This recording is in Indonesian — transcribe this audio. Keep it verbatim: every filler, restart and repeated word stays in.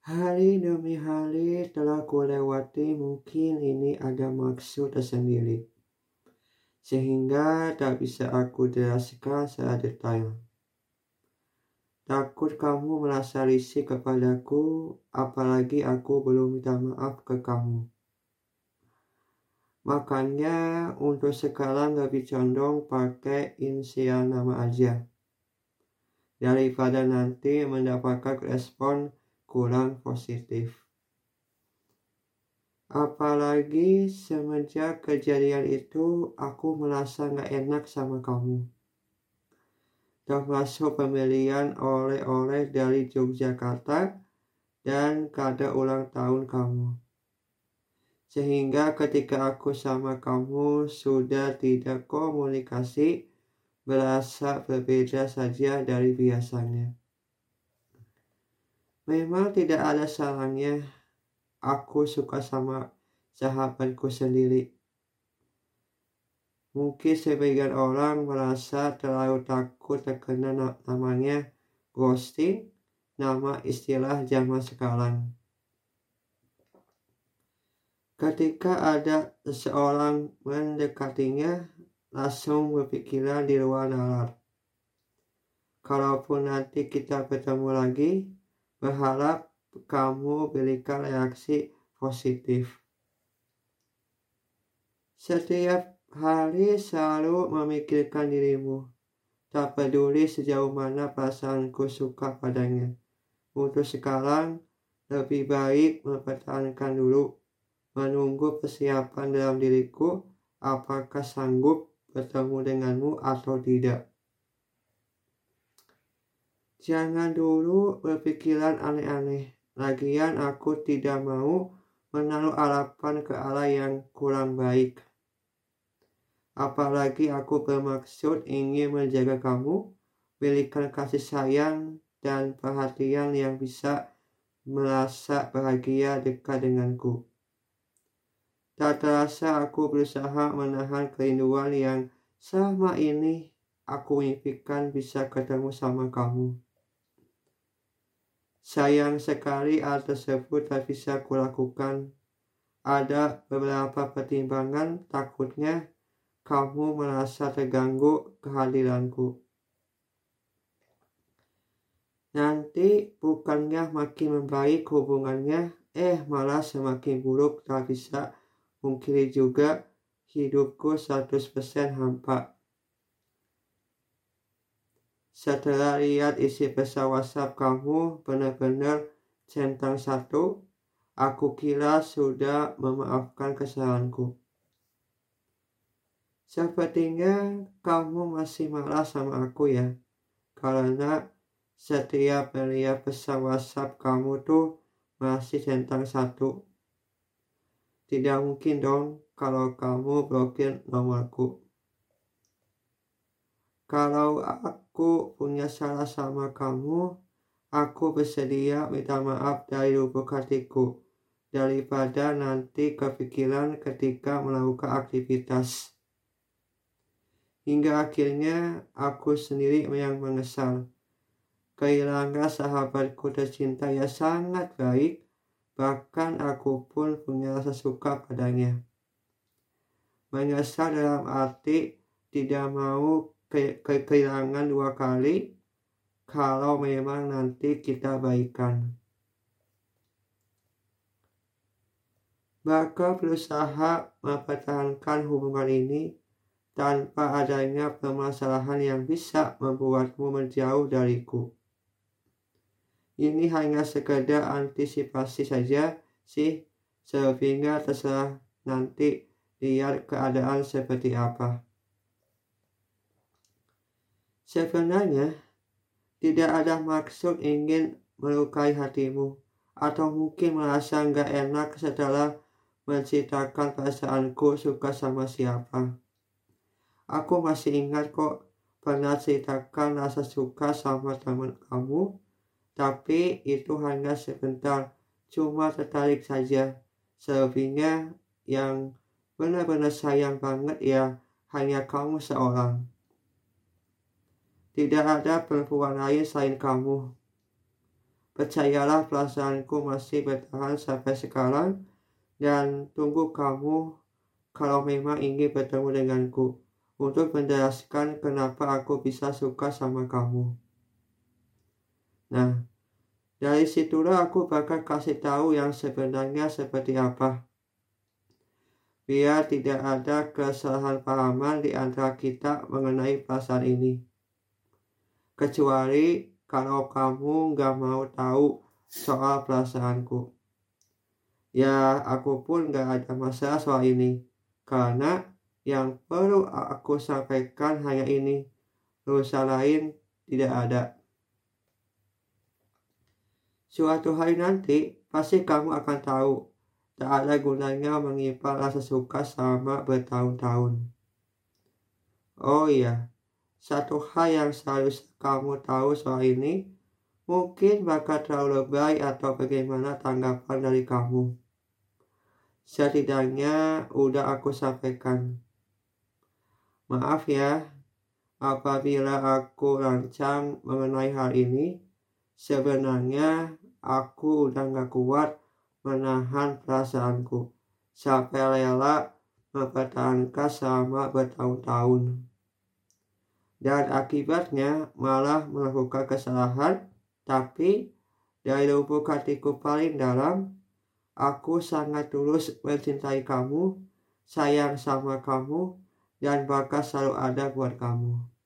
Hari demi hari telah kulewati, mungkin ini ada maksud tersendiri, sehingga tak bisa aku jelaskan secara detail. Takut kamu merasa risih kepadaku, apalagi aku belum minta maaf ke kamu. Makanya untuk sekarang lebih condong pakai inisial nama aja, daripada nanti mendapatkan respon kurang positif. Apalagi semenjak kejadian itu aku merasa gak enak sama kamu, termasuk pembelian oleh-oleh dari Yogyakarta dan kado ulang tahun kamu. Sehingga ketika aku sama kamu sudah tidak komunikasi, berasa berbeda saja dari biasanya. Memang tidak ada salahnya aku suka sama sahabatku sendiri. Mungkin sebagian orang merasa terlalu takut terkena namanya ghosting, nama istilah zaman sekarang. Ketika ada seseorang mendekatinya, langsung berpikiran di luar nalar. Kalaupun nanti kita bertemu lagi, berharap kamu berikan reaksi positif. Setiap hari selalu memikirkan dirimu, tak peduli sejauh mana perasaanku suka padanya. Untuk sekarang, lebih baik mempertahankan dulu, menunggu persiapan dalam diriku, apakah sanggup bertemu denganmu atau tidak. Jangan dulu berpikiran aneh-aneh. Lagian aku tidak mau menaruh harapan ke arah yang kurang baik. Apalagi aku bermaksud ingin menjaga kamu, berikan kasih sayang dan perhatian yang bisa merasa bahagia dekat denganku. Tak terasa aku berusaha menahan kerinduan yang selama ini aku mimpikan bisa ketemu sama kamu. Sayang sekali hal tersebut tak bisa kulakukan. Ada beberapa pertimbangan, takutnya kamu merasa terganggu kehadiranku. Nanti bukannya makin membaik hubungannya, eh malah semakin buruk. Tak bisa mungkiri juga hidupku seratus persen hampa. Setelah lihat isi pesan WhatsApp kamu benar-benar centang satu, aku kira sudah memaafkan kesalahanku. Sepertinya kamu masih marah sama aku ya, karena setiap melihat pesan WhatsApp kamu tuh masih centang satu. Tidak mungkin dong kalau kamu blokir nomorku. Kalau aku punya salah sama kamu, aku bersedia minta maaf dari lubuk hatiku, daripada nanti kepikiran ketika melakukan aktivitas. Hingga akhirnya aku sendiri yang menyesal. Kehilangan sahabatku tercinta yang sangat baik, bahkan aku pun punya rasa suka padanya. Menyesal dalam arti tidak mau ke ke kehilangan dua kali kalau memang nanti kita baikan. Maka berusaha mempertahankan hubungan ini tanpa adanya permasalahan yang bisa membuatmu menjauh dariku. Ini hanya sekedar antisipasi saja sih, sehingga terserah nanti lihat keadaan seperti apa. Sebenarnya tidak ada maksud ingin melukai hatimu, atau mungkin merasa gak enak setelah menceritakan perasaanku suka sama siapa. Aku masih ingat kok pernah ceritakan rasa suka sama teman kamu, tapi itu hanya sebentar, cuma tertarik saja. Selebihnya yang benar-benar sayang banget ya hanya kamu seorang. Tidak ada perempuan lain selain kamu. Percayalah, perasaanku masih bertahan sampai sekarang, dan tunggu kamu kalau memang ingin bertemu denganku untuk menjelaskan kenapa aku bisa suka sama kamu. Nah, dari situlah aku bakal kasih tahu yang sebenarnya seperti apa. Biar tidak ada kesalahpahaman di antara kita mengenai perasaan ini. Kecuali kalau kamu gak mau tahu soal perasaanku. Ya, aku pun gak ada masalah soal ini. Karena yang perlu aku sampaikan hanya ini. Urusan lain tidak ada. Suatu hari nanti, pasti kamu akan tahu. Tak ada gunanya menyimpan rasa suka selama bertahun-tahun. Oh iya, satu hal yang seharusnya kamu tahu soal ini, mungkin bakal terlalu lebay atau bagaimana tanggapan dari kamu. Setidaknya udah aku sampaikan. Maaf ya, apabila aku lancang mengenai hal ini, sebenarnya aku udah gak kuat menahan perasaanku sampai rela mempertahankan selama bertahun-tahun, dan akibatnya malah melakukan kesalahan. Tapi dari lubuk hatiku paling dalam, aku sangat tulus mencintai kamu, sayang sama kamu, dan bakal selalu ada buat kamu.